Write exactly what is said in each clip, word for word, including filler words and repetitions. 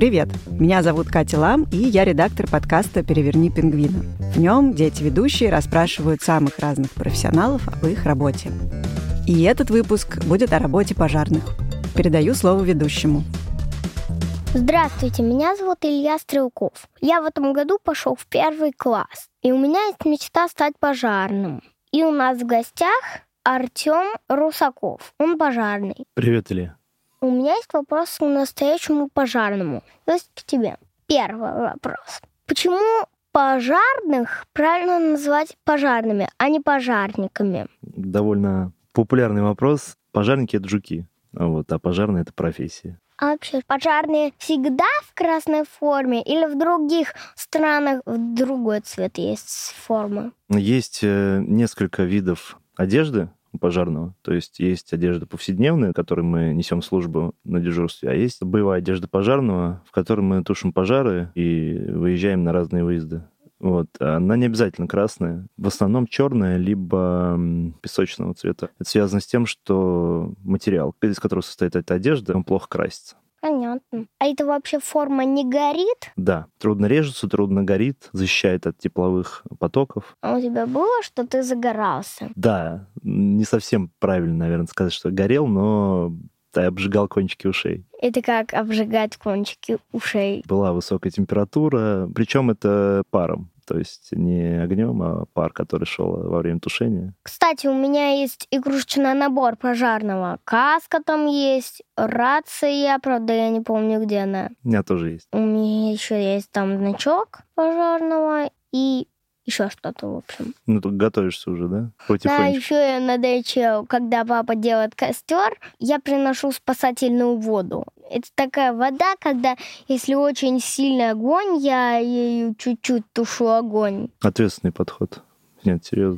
Привет! Меня зовут Катя Лам, и я редактор подкаста «Переверни пингвина». В нем дети-ведущие расспрашивают самых разных профессионалов об их работе. И этот выпуск будет о работе пожарных. Передаю слово ведущему. Здравствуйте, меня зовут Илья Стрелков. Я в этом году пошел в первый класс, и у меня есть мечта стать пожарным. И у нас в гостях Артем Русаков, он пожарный. Привет, Илья. У меня есть вопрос к настоящему пожарному, то есть к тебе. Первый вопрос. Почему пожарных правильно называть пожарными, а не пожарниками? Довольно популярный вопрос. Пожарники — это жуки, вот, а пожарные — это профессия. А вообще, пожарные всегда в красной форме или в других странах другой цвет есть форма? Есть несколько видов одежды у пожарного. То есть есть одежда повседневная, в которой мы несем службу на дежурстве, а есть боевая одежда пожарного, в которой мы тушим пожары и выезжаем на разные выезды. Вот. Она не обязательно красная, в основном черная, либо песочного цвета. Это связано с тем, что материал, из которого состоит эта одежда, он плохо красится. Понятно. А это вообще форма не горит? Да, трудно режется, трудно горит, защищает от тепловых потоков. А у тебя было, что ты загорался? Да, не совсем правильно, наверное, сказать, что горел, но да, обжигал кончики ушей. Это как обжигать кончики ушей? Была высокая температура, причем это паром. То есть не огнем, а пар, который шел во время тушения. Кстати, у меня есть игрушечный набор пожарного. Каска там есть, рация, правда, я не помню, где она. У меня тоже есть. У меня еще есть там значок пожарного и еще что-то, в общем. Ну, тут готовишься уже, да? Потихонечку. Да, еще я на даче, когда папа делает костер, я приношу спасательную воду. Это такая вода, когда, если очень сильный огонь, я ею чуть-чуть тушу огонь. Ответственный подход. Нет, серьезно.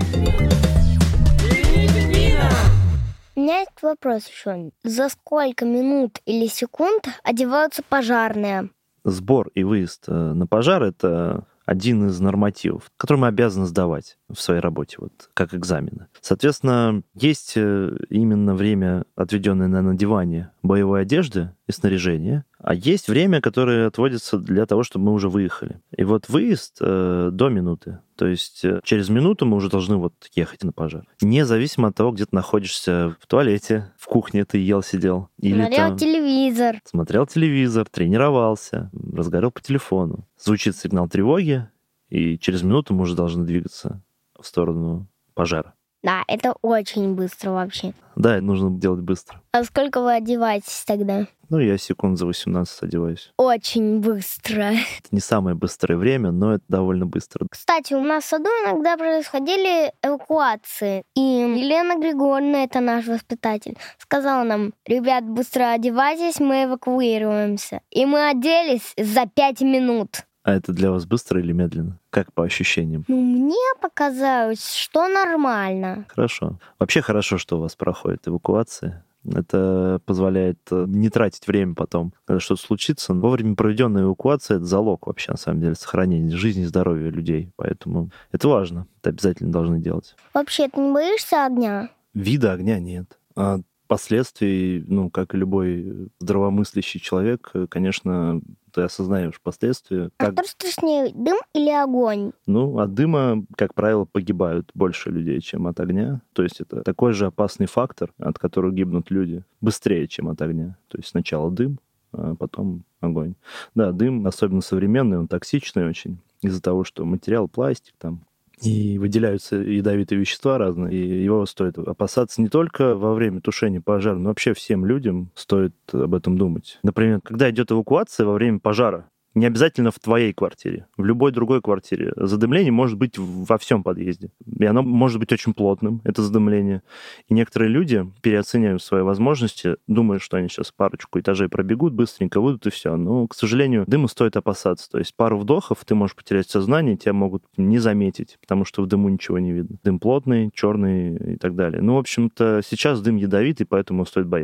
У меня есть вопрос еще. За сколько минут или секунд одеваются пожарные? Сбор и выезд на пожар — это один из нормативов, который мы обязаны сдавать в своей работе, вот, как экзамены. Соответственно, есть именно время, отведенное на надевание боевой одежды и снаряжения, а есть время, которое отводится для того, чтобы мы уже выехали. И вот выезд э, до минуты. То есть э, через минуту мы уже должны вот ехать на пожар. Независимо от того, где ты находишься, в туалете, в кухне ты ел, сидел. Или Смотрел там... телевизор. Смотрел телевизор, тренировался, разговаривал по телефону. Звучит сигнал тревоги, и через минуту мы уже должны двигаться в сторону пожара. Да, это очень быстро вообще. Да, это нужно делать быстро. А сколько вы одеваетесь тогда? Ну, я секунд за восемнадцать одеваюсь. Очень быстро. Это не самое быстрое время, но это довольно быстро. Кстати, у нас в саду иногда происходили эвакуации. И Елена Григорьевна, это наш воспитатель, сказала нам: ребят, быстро одевайтесь, мы эвакуируемся. И мы оделись за пять минут. А это для вас быстро или медленно? Как по ощущениям? Ну, мне показалось, что нормально. Хорошо. Вообще хорошо, что у вас проходит эвакуация. Это позволяет не тратить время потом, когда что-то случится. Вовремя проведенная эвакуация — это залог вообще, на самом деле, сохранения жизни и здоровья людей. Поэтому это важно. Это обязательно должны делать. Вообще, ты не боишься огня? Вида огня нет. А последствий, ну, как и любой здравомыслящий человек, конечно, ты осознаешь последствия. А как... что страшнее, дым или огонь? Ну, от дыма, как правило, погибают больше людей, чем от огня. То есть это такой же опасный фактор, от которого гибнут люди, быстрее, чем от огня. То есть сначала дым, а потом огонь. Да, дым, особенно современный, он токсичный очень, из-за того, что материал пластик там, и выделяются ядовитые вещества разные, и его стоит опасаться не только во время тушения пожара, но вообще всем людям стоит об этом думать. Например, когда идет эвакуация во время пожара, не обязательно в твоей квартире, в любой другой квартире. Задымление может быть во всем подъезде. И оно может быть очень плотным, это задымление. И некоторые люди переоценивают свои возможности, думают, что они сейчас парочку этажей пробегут, быстренько выйдут и все. Но, к сожалению, дыма стоит опасаться. То есть пару вдохов ты можешь потерять сознание, тебя могут не заметить, потому что в дыму ничего не видно. Дым плотный, черный и так далее. Ну, в общем-то, сейчас дым ядовитый, поэтому стоит бояться.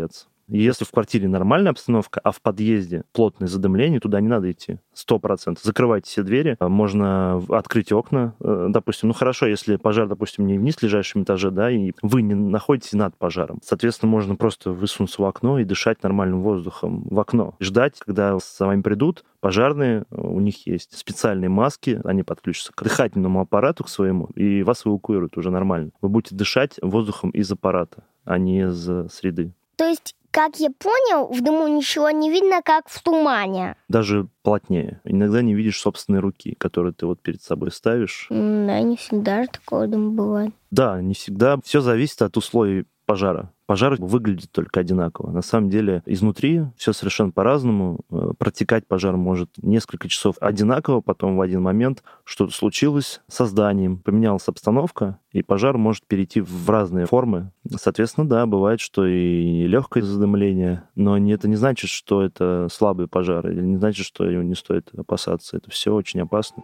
Если в квартире нормальная обстановка, а в подъезде плотное задымление, туда не надо идти. Сто процентов. Закрывайте все двери, можно открыть окна, допустим. Ну хорошо, если пожар, допустим, не в низлежащем этаже, да, и вы не находитесь над пожаром. Соответственно, можно просто высунуться в окно и дышать нормальным воздухом в окно. Ждать, когда за вами придут пожарные, у них есть специальные маски, они подключатся к дыхательному аппарату к своему, и вас эвакуируют уже нормально. Вы будете дышать воздухом из аппарата, а не из среды. То есть, как я понял, в дыму ничего не видно, как в тумане. Даже плотнее. Иногда не видишь собственной руки, которую ты вот перед собой ставишь. Да, не всегда же такое дым бывает. Да, не всегда. Все зависит от условий пожара. Пожар выглядит только одинаково. На самом деле изнутри все совершенно по-разному. Протекать пожар может несколько часов одинаково, потом в один момент что-то случилось со зданием, поменялась обстановка, и пожар может перейти в разные формы. Соответственно, да, бывает, что и легкое задымление, но это не значит, что это слабый пожар, или не значит, что его не стоит опасаться. Это все очень опасно.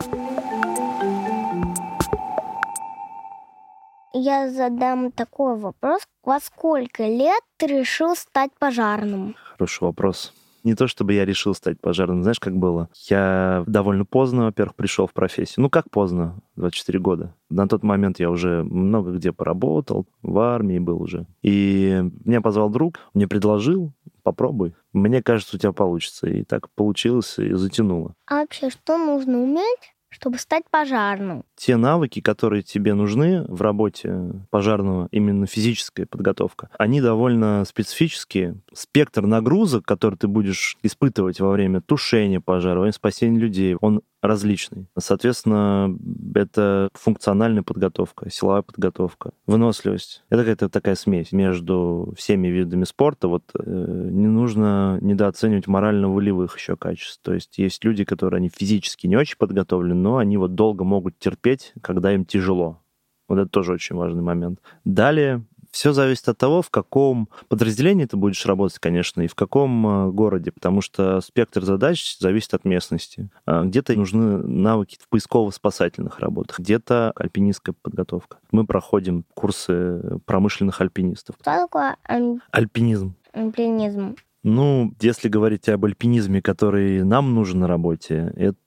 Я задам такой вопрос. Во сколько лет ты решил стать пожарным? Хороший вопрос. Не то, чтобы я решил стать пожарным. Знаешь, как было? Я довольно поздно, во-первых, пришел в профессию. Ну, как поздно? двадцать четыре года. На тот момент я уже много где поработал, в армии был уже. И меня позвал друг, мне предложил, попробуй. Мне кажется, у тебя получится. И так получилось, и затянуло. А вообще, что нужно уметь, чтобы стать пожарным? Те навыки, которые тебе нужны в работе пожарного, именно физическая подготовка, они довольно специфические. Спектр нагрузок, который ты будешь испытывать во время тушения пожара, во время спасения людей, он различный. Соответственно, это функциональная подготовка, силовая подготовка, выносливость. Это какая-то такая смесь между всеми видами спорта. Вот э, не нужно недооценивать морально-волевых еще качеств. То есть есть люди, которые они физически не очень подготовлены, но они вот долго могут терпеть, когда им тяжело. Вот это тоже очень важный момент. Далее, все зависит от того, в каком подразделении ты будешь работать, конечно, и в каком городе, потому что спектр задач зависит от местности. Где-то нужны навыки в поисково-спасательных работах, где-то альпинистская подготовка. Мы проходим курсы промышленных альпинистов. Что такое ам... альпинизм? Альпинизм. Ну, если говорить об альпинизме, который нам нужен на работе,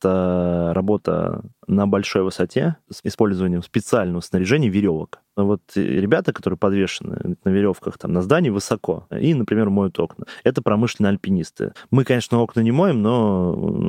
это работа на большой высоте с использованием специального снаряжения веревок. Вот ребята, которые подвешены на веревках там, на здании высоко и, например, моют окна, это промышленные альпинисты. Мы, конечно, окна не моем, но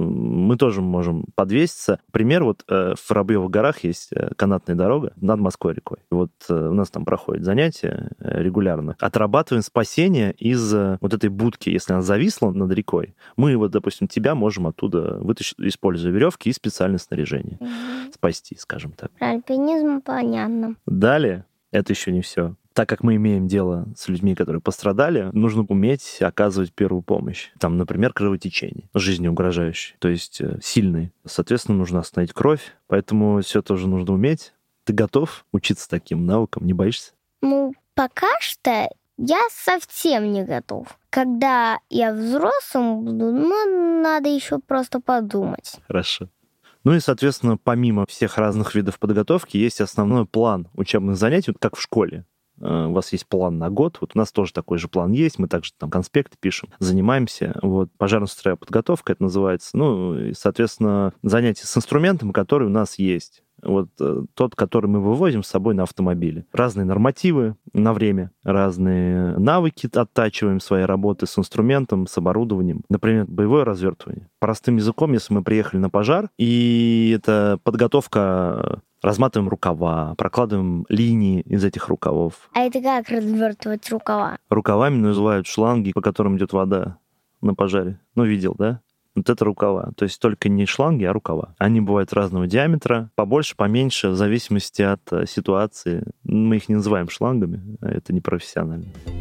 мы тоже можем подвеситься. Пример, вот в Воробьевых горах есть канатная дорога над Москвой-рекой. Вот у нас там проходят занятия регулярно. Отрабатываем спасение из вот этой будки. Если она зависла над рекой, мы, вот, допустим, тебя можем оттуда вытащить, используя веревки и специальное снаряжение. Mm-hmm. Спасти, скажем так. Про альпинизм понятно. Далее, это еще не все. Так как мы имеем дело с людьми, которые пострадали, нужно уметь оказывать первую помощь. Там, например, кровотечение, жизнеугрожающее, то есть сильные. Соответственно, нужно остановить кровь, поэтому все тоже нужно уметь. Ты готов учиться таким навыкам? Не боишься? Ну, пока что я совсем не готов. Когда я взрослым буду, ну, надо еще просто подумать. Хорошо. Ну и, соответственно, помимо всех разных видов подготовки, есть основной план учебных занятий, вот как в школе. У вас есть план на год, вот у нас тоже такой же план есть, мы также там конспекты пишем, занимаемся. Вот пожарно-строевая подготовка это называется. Ну и, соответственно, занятия с инструментом, который у нас есть. Вот тот, который мы вывозим с собой на автомобиле. Разные нормативы на время, разные навыки оттачиваем своей работы с инструментом, с оборудованием. Например, боевое развертывание. Простым языком, если мы приехали на пожар, и это подготовка, разматываем рукава, прокладываем линии из этих рукавов. А это как развертывать рукава? Рукавами называют шланги, по которым идет вода на пожаре. Ну, видел, да? Вот это рукава. То есть только не шланги, а рукава. Они бывают разного диаметра, побольше, поменьше, в зависимости от ситуации. Мы их не называем шлангами, а это непрофессионально.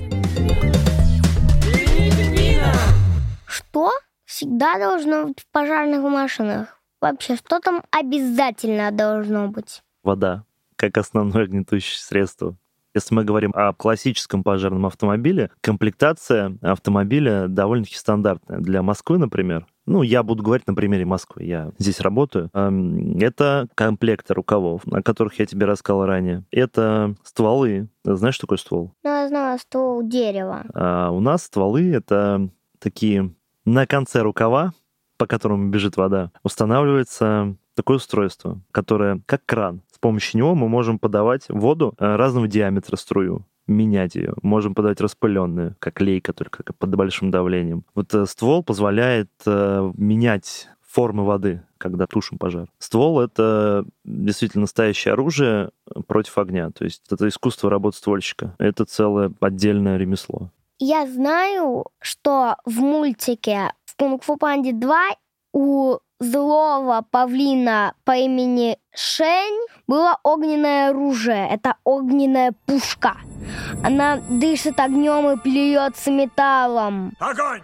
Что всегда должно быть в пожарных машинах? Вообще, что там обязательно должно быть? Вода, как основное гнетущее средство. Если мы говорим о классическом пожарном автомобиле, комплектация автомобиля довольно-таки стандартная. Для Москвы, например, Ну, я буду говорить на примере Москвы. Я здесь работаю. Это комплекты рукавов, о которых я тебе рассказал ранее. Это стволы. Знаешь, что такое ствол? Ну, я знаю, ствол дерева. А у нас стволы — это такие на конце рукава, по которому бежит вода, устанавливается такое устройство, которое как кран. С помощью него мы можем подавать воду разного диаметра струю, менять ее. Можем подавать распыленную, как лейка, только под большим давлением. Вот ствол позволяет э, менять формы воды, когда тушим пожар. Ствол — это действительно настоящее оружие против огня. То есть это искусство работы ствольщика. Это целое отдельное ремесло. Я знаю, что в мультике в «Кунг-фу Панде два» у злого павлина по имени Шень было огненное оружие. Это огненная пушка. Она дышит огнем и плюется металлом. Огонь!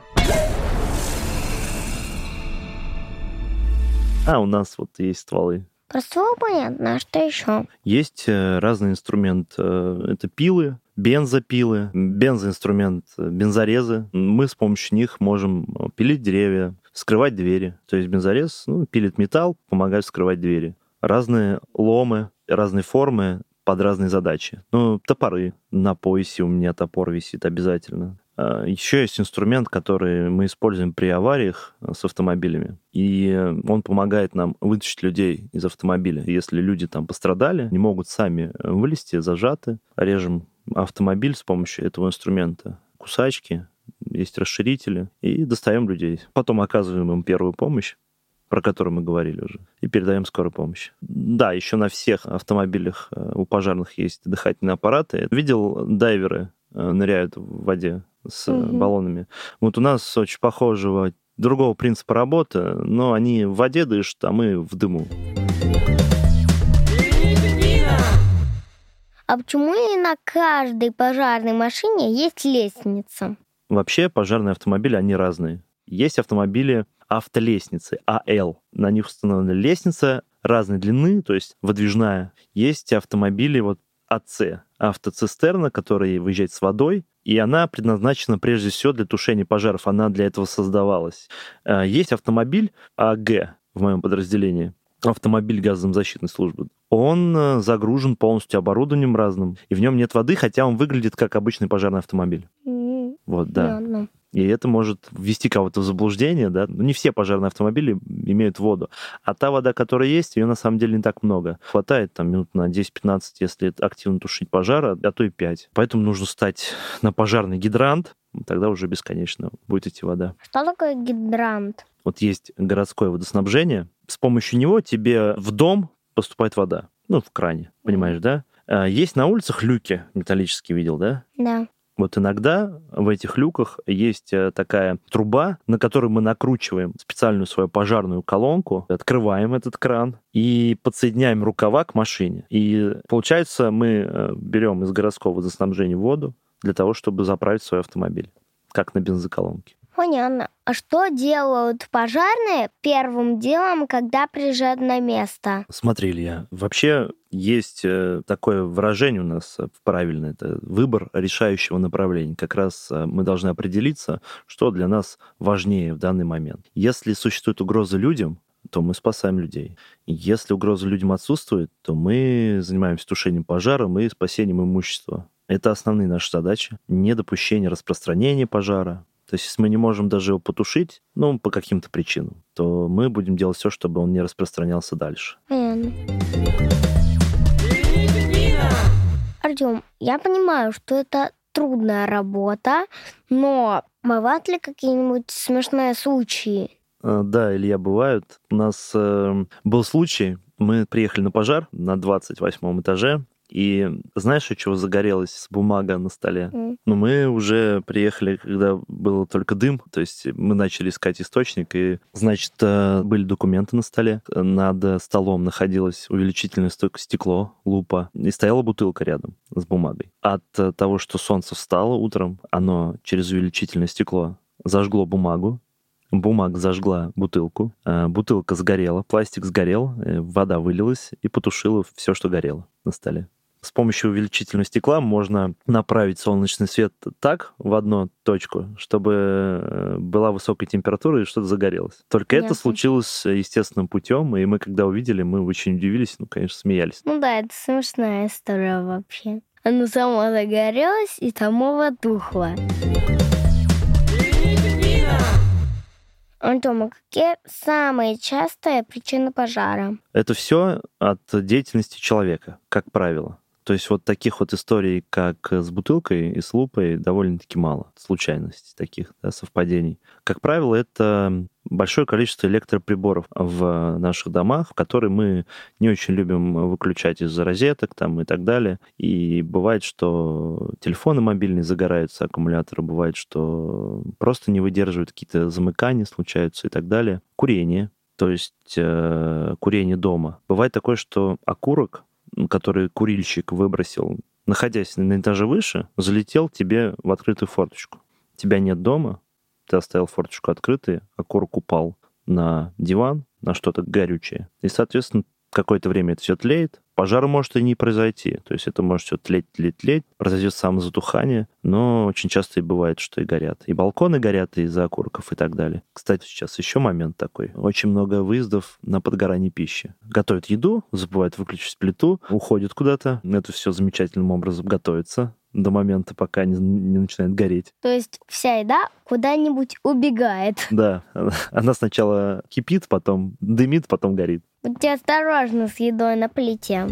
А у нас вот есть стволы. Про ствол понятно, а что еще? Есть разный инструмент. Это пилы, бензопилы, бензоинструмент, бензорезы. Мы с помощью них можем пилить деревья, вскрывать двери. То есть бензорез, ну, пилит металл, помогает вскрывать двери. Разные ломы, разные формы под разные задачи. Ну, топоры. На поясе у меня топор висит обязательно. Еще есть инструмент, который мы используем при авариях с автомобилями, и он помогает нам вытащить людей из автомобиля. Если люди там пострадали, не могут сами вылезти, зажаты, режем автомобиль с помощью этого инструмента. Кусачки, есть расширители, и достаем людей. Потом оказываем им первую помощь, про которую мы говорили уже, и передаем скорую помощь. Да, еще на всех автомобилях у пожарных есть дыхательные аппараты. Видел, дайверы ныряют в воде с mm-hmm. баллонами. Вот у нас очень похожего другого принципа работы, но они в воде дышат, а мы в дыму. А почему не на каждой пожарной машине есть лестница? Вообще пожарные автомобили, они разные. Есть автомобили автолестницы, АЛ. На них установлена лестница разной длины, то есть выдвижная. Есть автомобили вот АЦ, автоцистерна, которая выезжает с водой, и она предназначена прежде всего для тушения пожаров. Она для этого создавалась. Есть автомобиль АГ в моем подразделении, автомобиль газозащитной службы. Он загружен полностью оборудованием разным, и в нем нет воды, хотя он выглядит как обычный пожарный автомобиль. Mm-hmm. Вот, да. Yeah, и это может ввести кого-то в заблуждение, да. Ну, не все пожарные автомобили имеют воду. А та вода, которая есть, ее на самом деле не так много. Хватает там минут на десять-пятнадцать, если активно тушить пожар, а то и пять. Поэтому нужно встать на пожарный гидрант, тогда уже бесконечно будет идти вода. Что такое гидрант? Вот есть городское водоснабжение. С помощью него тебе в дом поступает вода. Ну, в кране, понимаешь, да? Есть на улицах люки металлические, видел, да? Да. Вот иногда в этих люках есть такая труба, на которую мы накручиваем специальную свою пожарную колонку, открываем этот кран и подсоединяем рукава к машине. И получается, мы берем из городского водоснабжения воду для того, чтобы заправить свой автомобиль, как на бензоколонке. Понятно. А что делают пожарные первым делом, когда приезжают на место? Смотри, Илья, вообще есть такое выражение у нас правильное, это выбор решающего направления. Как раз мы должны определиться, что для нас важнее в данный момент. Если существует угроза людям, то мы спасаем людей. Если угроза людям отсутствует, то мы занимаемся тушением пожара и спасением имущества. Это основные наши задачи. Недопущение распространения пожара. То есть, если мы не можем даже его потушить, ну, по каким-то причинам, то мы будем делать все, чтобы он не распространялся дальше. Mm. Артём, я понимаю, что это трудная работа, но бывают ли какие-нибудь смешные случаи? Да, Илья, бывают. У нас э, был случай, мы приехали на пожар на двадцать восьмом этаже, и знаешь, от чего загорелась бумага на столе? Mm. Ну, мы уже приехали, когда был только дым, то есть мы начали искать источник, и, значит, были документы на столе. Над столом находилось увеличительное стекло, лупа, и стояла бутылка рядом с бумагой. От того, что солнце встало утром, оно через увеличительное стекло зажгло бумагу, бумага зажгла бутылку, бутылка сгорела, пластик сгорел, вода вылилась и потушила все, что горело на столе. С помощью увеличительного стекла можно направить солнечный свет так в одну точку, чтобы была высокая температура и что-то загорелось. Только Ясно. Это случилось естественным путем, и мы, когда увидели, мы очень удивились, ну, конечно, смеялись. Ну да, это смешная история вообще. Оно само загорелось и само потухло. Антон, а какие самые частые причины пожара? Это все от деятельности человека, как правило. То есть вот таких вот историй, как с бутылкой и с лупой, довольно-таки мало. Случайностей таких, да, совпадений. Как правило, это большое количество электроприборов в наших домах, которые мы не очень любим выключать из-за розеток там, и так далее. И бывает, что телефоны мобильные загораются, аккумуляторы. Бывает, что просто не выдерживают, какие-то замыкания случаются и так далее. Курение, то есть э, курение дома. Бывает такое, что окурок, который курильщик выбросил, находясь на этаже выше, залетел тебе в открытую форточку. Тебя нет дома, ты оставил форточку открытой, окурок упал на диван, на что-то горючее. И, соответственно, какое-то время это все тлеет. Пожар может и не произойти. То есть это может все тлеть, тлеть, тлеть. Произойдет самозатухание, но очень часто и бывает, что и горят. И балконы горят из-за окурков и так далее. Кстати, сейчас еще момент такой. Очень много выездов на подгорание пищи. Готовят еду, забывают выключить плиту, уходят куда-то. Это все замечательным образом готовится до момента, пока не, не начинает гореть. То есть вся еда куда-нибудь убегает. Да. Она сначала кипит, потом дымит, потом горит. Будьте осторожны с едой на плите.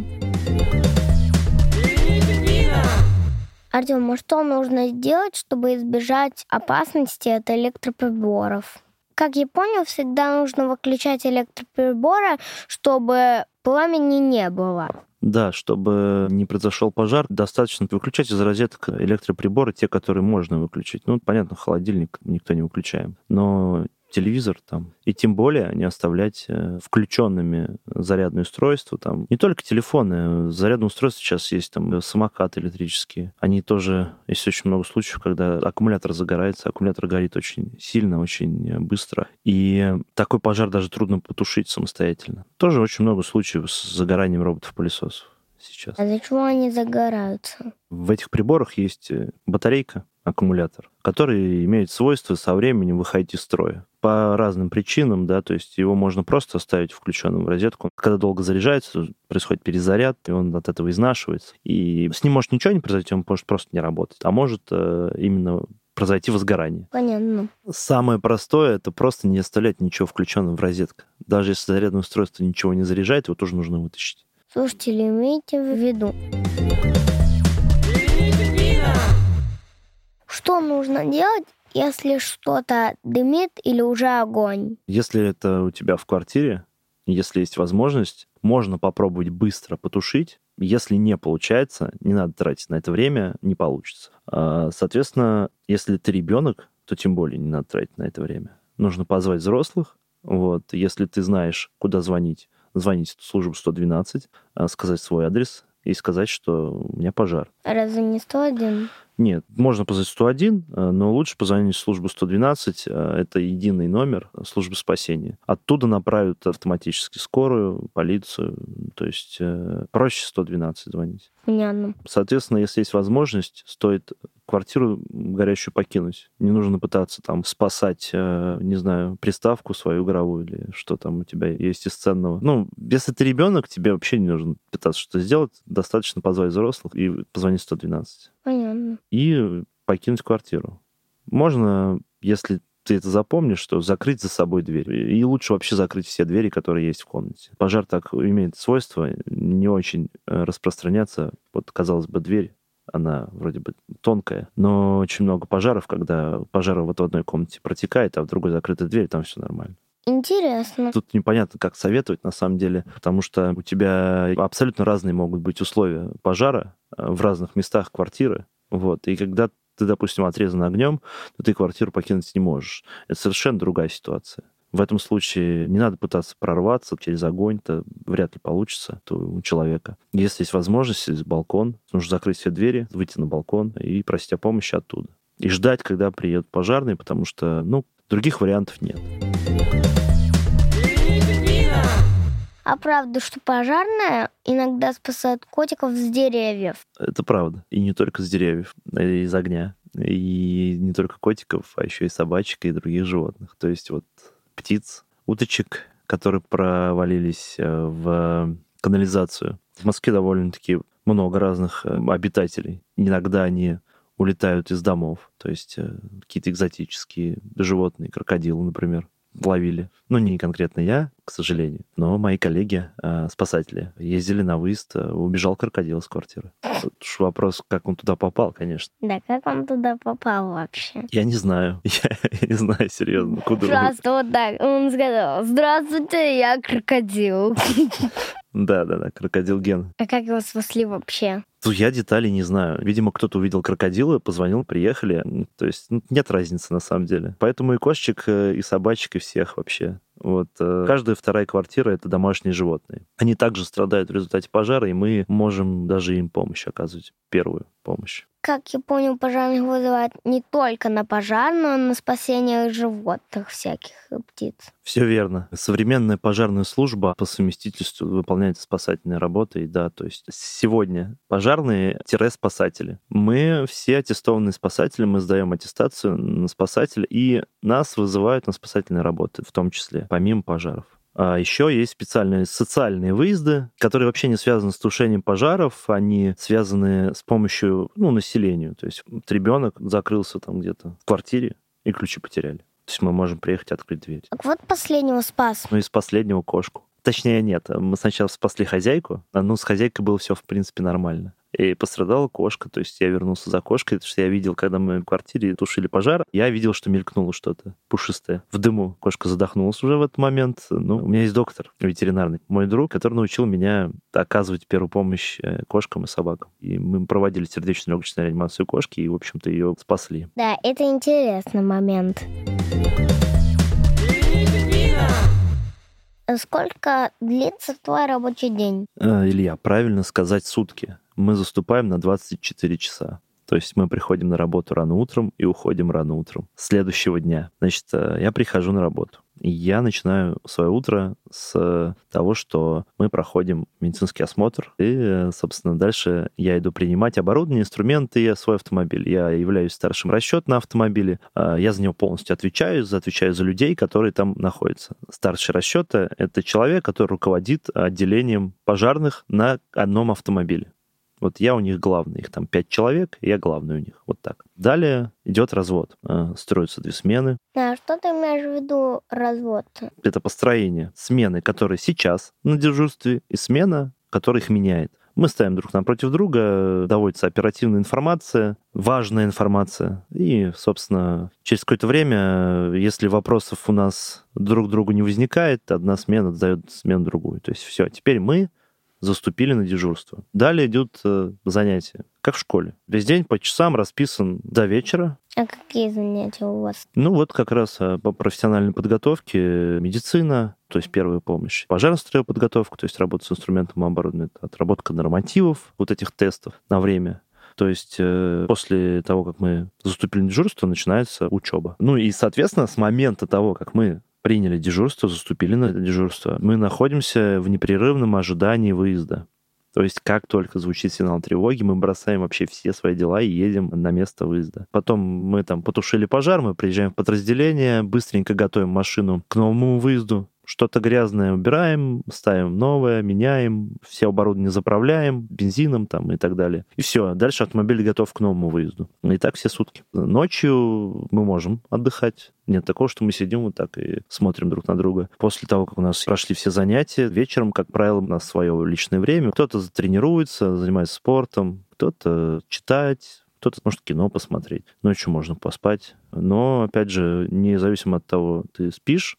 Артём, а что нужно сделать, чтобы избежать опасности от электроприборов? Как я понял, всегда нужно выключать электроприборы, чтобы пламени не было. Да, чтобы не произошел пожар, достаточно выключать из розеток электроприборы, те, которые можно выключить. Ну, понятно, холодильник никто не выключаем, но телевизор там. И тем более не оставлять включенными зарядные устройства. Там. Не только телефоны, зарядные устройства сейчас есть, там самокаты электрические. Они тоже, есть очень много случаев, когда аккумулятор загорается, аккумулятор горит очень сильно, очень быстро. И такой пожар даже трудно потушить самостоятельно. Тоже очень много случаев с загоранием роботов-пылесосов сейчас. А для чего они загораются? В этих приборах есть батарейка, аккумулятор, который имеет свойство со временем выходить из строя. По разным причинам, да, то есть его можно просто оставить включенным в розетку. Когда долго заряжается, происходит перезаряд, и он от этого изнашивается. И с ним может ничего не произойти, он может просто не работать. А может э, именно произойти возгорание. Понятно. Самое простое — это просто не оставлять ничего включенным в розетку. Даже если зарядное устройство ничего не заряжает, его тоже нужно вытащить. Слушатели, имейте в виду. Что нужно делать, если что-то дымит или уже огонь? Если это у тебя в квартире, если есть возможность, можно попробовать быстро потушить. Если не получается, не надо тратить на это время, не получится. Соответственно, если ты ребенок, то тем более не надо тратить на это время. Нужно позвать взрослых. Вот. Если ты знаешь, куда звонить, звонить в службу сто двенадцать, сказать свой адрес и сказать, что у меня пожар. Разве не сто один? Нет, можно позвонить сто один, но лучше позвонить в службу сто двенадцать. Это единый номер службы спасения. Оттуда направят автоматически скорую, полицию. То есть проще сто двенадцать звонить. Понятно. Соответственно, если есть возможность, стоит квартиру горящую покинуть. Не нужно пытаться там спасать, не знаю, приставку свою игровую или что там у тебя есть из ценного. Ну, если ты ребенок, тебе вообще не нужно пытаться что-то сделать. Достаточно позвать взрослых и позвонить сто двенадцать. Понятно. И покинуть квартиру. Можно, если ты это запомнишь, что закрыть за собой дверь. И лучше вообще закрыть все двери, которые есть в комнате. Пожар так имеет свойство не очень распространяться. Вот, казалось бы, дверь, она вроде бы тонкая, но очень много пожаров, когда пожар вот в одной комнате протекает, а в другой закрытая дверь, там все нормально. Интересно. Тут непонятно, как советовать, на самом деле, потому что у тебя абсолютно разные могут быть условия пожара в разных местах квартиры. Вот. И когда ты, допустим, отрезан огнем, то ты квартиру покинуть не можешь. Это совершенно другая ситуация. В этом случае не надо пытаться прорваться через огонь, это вряд ли получится у человека. Если есть возможность, есть балкон, нужно закрыть все двери, выйти на балкон и просить о помощи оттуда. И ждать, когда приедут пожарные, потому что, ну, других вариантов нет. А правда, что пожарные иногда спасают котиков с деревьев. Это правда. И не только с деревьев, а и из огня. И не только котиков, а еще и собачек и других животных. То есть вот птиц, уточек, которые провалились в канализацию. В Москве довольно-таки много разных обитателей. Иногда они улетают из домов. То есть какие-то экзотические животные, крокодилы, например, ловили. Ну, не конкретно я, к сожалению, но мои коллеги, спасатели, ездили на выезд, убежал крокодил из квартиры. Тут уж вопрос, как он туда попал, конечно. Да, как он туда попал вообще? Я не знаю. Я, я не знаю, серьезно. Куда Просто вот так. Он сказал: здравствуйте, я крокодил. Да-да-да, крокодил Ген. А как его спасли вообще? Ну, я деталей не знаю. Видимо, кто-то увидел крокодила, позвонил, приехали. То есть ну, нет разницы на самом деле. Поэтому и кошечек, и собачек, и всех вообще. Вот. Каждая вторая квартира — это домашние животные. Они также страдают в результате пожара, и мы можем даже им помощь оказывать, первую помощь. Как я понял, пожарных вызывают не только на пожар, но и на спасение животных всяких и птиц. Все верно. Современная пожарная служба по совместительству выполняет спасательные работы. И да, то есть сегодня пожарные-спасатели. Мы все аттестованные спасатели, мы сдаем аттестацию на спасателя, и нас вызывают на спасательные работы, в том числе, помимо пожаров. А еще есть специальные социальные выезды, которые вообще не связаны с тушением пожаров, они связаны с помощью ну, населению. То есть вот ребенок закрылся там где-то в квартире, и ключи потеряли. То есть мы можем приехать открыть дверь. Так вот последнего спас. Ну, из последнего кошку. Точнее, нет. Мы сначала спасли хозяйку, а ну, с хозяйкой было все в принципе нормально. И пострадала кошка, то есть я вернулся за кошкой, потому что я видел, когда мы в квартире тушили пожар, я видел, что мелькнуло что-то пушистое. В дыму кошка задохнулась уже в этот момент. Ну, у меня есть доктор ветеринарный, мой друг, который научил меня оказывать первую помощь кошкам и собакам. И мы проводили сердечно-легочную реанимацию кошки и, в общем-то, ее спасли. Да, это интересный момент. Сколько длится твой рабочий день? Илья, правильно сказать сутки. Мы заступаем на двадцать четыре часа. То есть мы приходим на работу рано утром и уходим рано утром следующего дня. Значит, я прихожу на работу. И я начинаю свое утро с того, что мы проходим медицинский осмотр. И, собственно, дальше я иду принимать оборудование, инструменты и свой автомобиль. Я являюсь старшим расчет на автомобиле. Я за него полностью отвечаю, отвечаю за людей, которые там находятся. Старший расчета — это человек, который руководит отделением пожарных на одном автомобиле. Вот я у них главный, их там пять человек, и я главный у них. Вот так. Далее идет развод. Строятся две смены. А что ты имеешь в виду развод? Это построение смены, которая сейчас на дежурстве, и смена, которая их меняет. Мы ставим друг напротив друга, доводится оперативная информация, важная информация. И, собственно, через какое-то время, если вопросов у нас друг к другу не возникает, одна смена сдает смену другую. То есть все, теперь мы заступили на дежурство. Далее идут э, занятия, как в школе. Весь день по часам расписан до вечера. А какие занятия у вас? Ну вот как раз э, по профессиональной подготовке, медицина, то есть первая помощь, пожарно-строевая подготовка, то есть работа с инструментом и оборудованием, отработка нормативов, вот этих тестов на время. То есть э, после того, как мы заступили на дежурство, начинается учеба. Ну и, соответственно, с момента того, как мы приняли дежурство, заступили на дежурство, мы находимся в непрерывном ожидании выезда. То есть как только звучит сигнал тревоги, мы бросаем вообще все свои дела и едем на место выезда. Потом мы там потушили пожар, мы приезжаем в подразделение, быстренько готовим машину к новому выезду. Что-то грязное убираем, ставим новое, меняем, все оборудование заправляем бензином там и так далее. И все, дальше автомобиль готов к новому выезду. И так все сутки. Ночью мы можем отдыхать. Нет такого, что мы сидим вот так и смотрим друг на друга. После того, как у нас прошли все занятия, вечером, как правило, у нас свое личное время. Кто-то тренируется, занимается спортом, кто-то читает, кто-то может кино посмотреть. Ночью можно поспать. Но, опять же, независимо от того, ты спишь,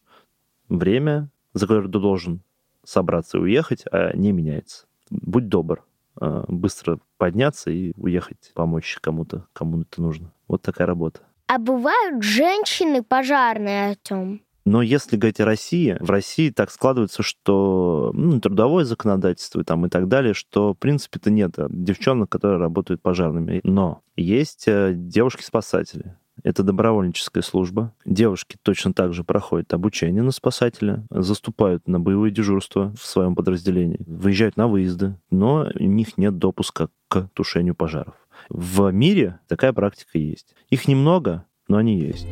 время, за которое ты должен собраться и уехать, а не меняется. Будь добр, быстро подняться и уехать, помочь кому-то, кому это нужно. Вот такая работа. А бывают женщины пожарные, Артём? Но если говорить о России, в России так складывается, что ну, трудовое законодательство там, и так далее, что, в принципе-то, нет девчонок, которые работают пожарными. Но есть девушки-спасатели. Это добровольническая служба. Девушки точно так же проходят обучение на спасателя, заступают на боевые дежурства в своем подразделении, выезжают на выезды, но у них нет допуска к тушению пожаров. В мире такая практика есть. Их немного, но они есть.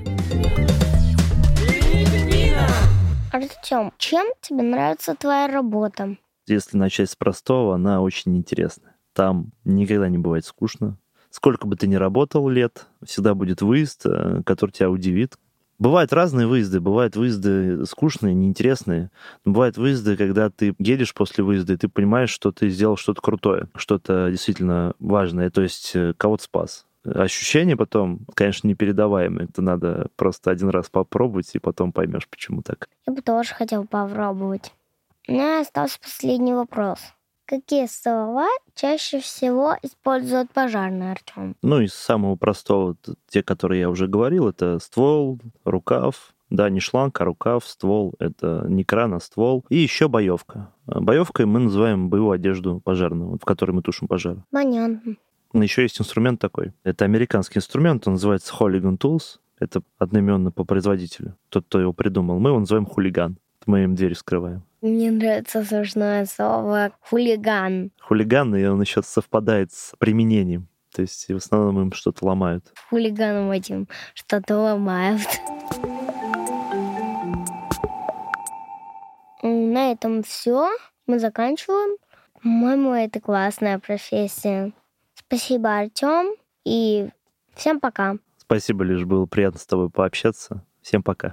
Артём, чем тебе нравится твоя работа? Если начать с простого, она очень интересная. Там никогда не бывает скучно. Сколько бы ты ни работал лет, всегда будет выезд, который тебя удивит. Бывают разные выезды. Бывают выезды скучные, неинтересные. Но бывают выезды, когда ты едешь после выезда, и ты понимаешь, что ты сделал что-то крутое, что-то действительно важное, то есть кого-то спас. Ощущения потом, конечно, непередаваемые. Это надо просто один раз попробовать, и потом поймешь, почему так. Я бы тоже хотел попробовать. У меня остался последний вопрос. Какие слова чаще всего используют пожарные, Артём? Ну, из самого простого, те, которые я уже говорил, это ствол, рукав. Да, не шланг, а рукав, ствол. Это не кран, а ствол. И еще боевка. Боевкой мы называем боевую одежду пожарную, в которой мы тушим пожары. Понятно. Еще есть инструмент такой. Это американский инструмент, он называется Hooligan Tools. Это одноименно по производителю. Тот, кто его придумал. Мы его называем хулиган. Мы им дверь вскрываем. Мне нравится смешное слово «хулиган». Хулиган, и он еще совпадает с применением. То есть в основном им что-то ломают. Хулиганом этим что-то ломают. На этом все. Мы заканчиваем. По-моему, это классная профессия. Спасибо, Артём, и всем пока. Спасибо, Лиш, было приятно с тобой пообщаться. Всем пока.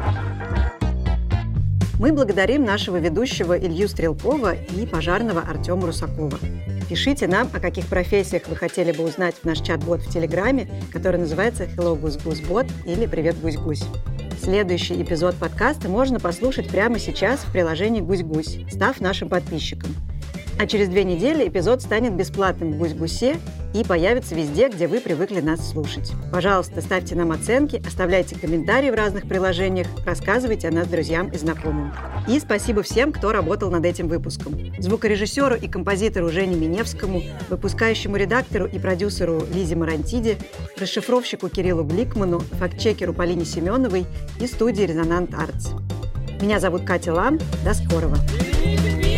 Мы благодарим нашего ведущего Илью Стрелкова и пожарного Артёма Русакова. Пишите нам, о каких профессиях вы хотели бы узнать в наш чат-бот в Телеграме, который называется Hello Goose Goose Bot или Привет Гусь-Гусь. Следующий эпизод подкаста можно послушать прямо сейчас в приложении Гусь-Гусь, став нашим подписчиком. А через две недели эпизод станет бесплатным в Гусь-Гусе и появится везде, где вы привыкли нас слушать. Пожалуйста, ставьте нам оценки, оставляйте комментарии в разных приложениях, рассказывайте о нас друзьям и знакомым. И спасибо всем, кто работал над этим выпуском. Звукорежиссеру и композитору Жене Миневскому, выпускающему редактору и продюсеру Лизе Марантиде, расшифровщику Кириллу Гликману, фактчекеру Полине Семеновой и студии «Резонант Артс». Меня зовут Катя Лам. До скорого!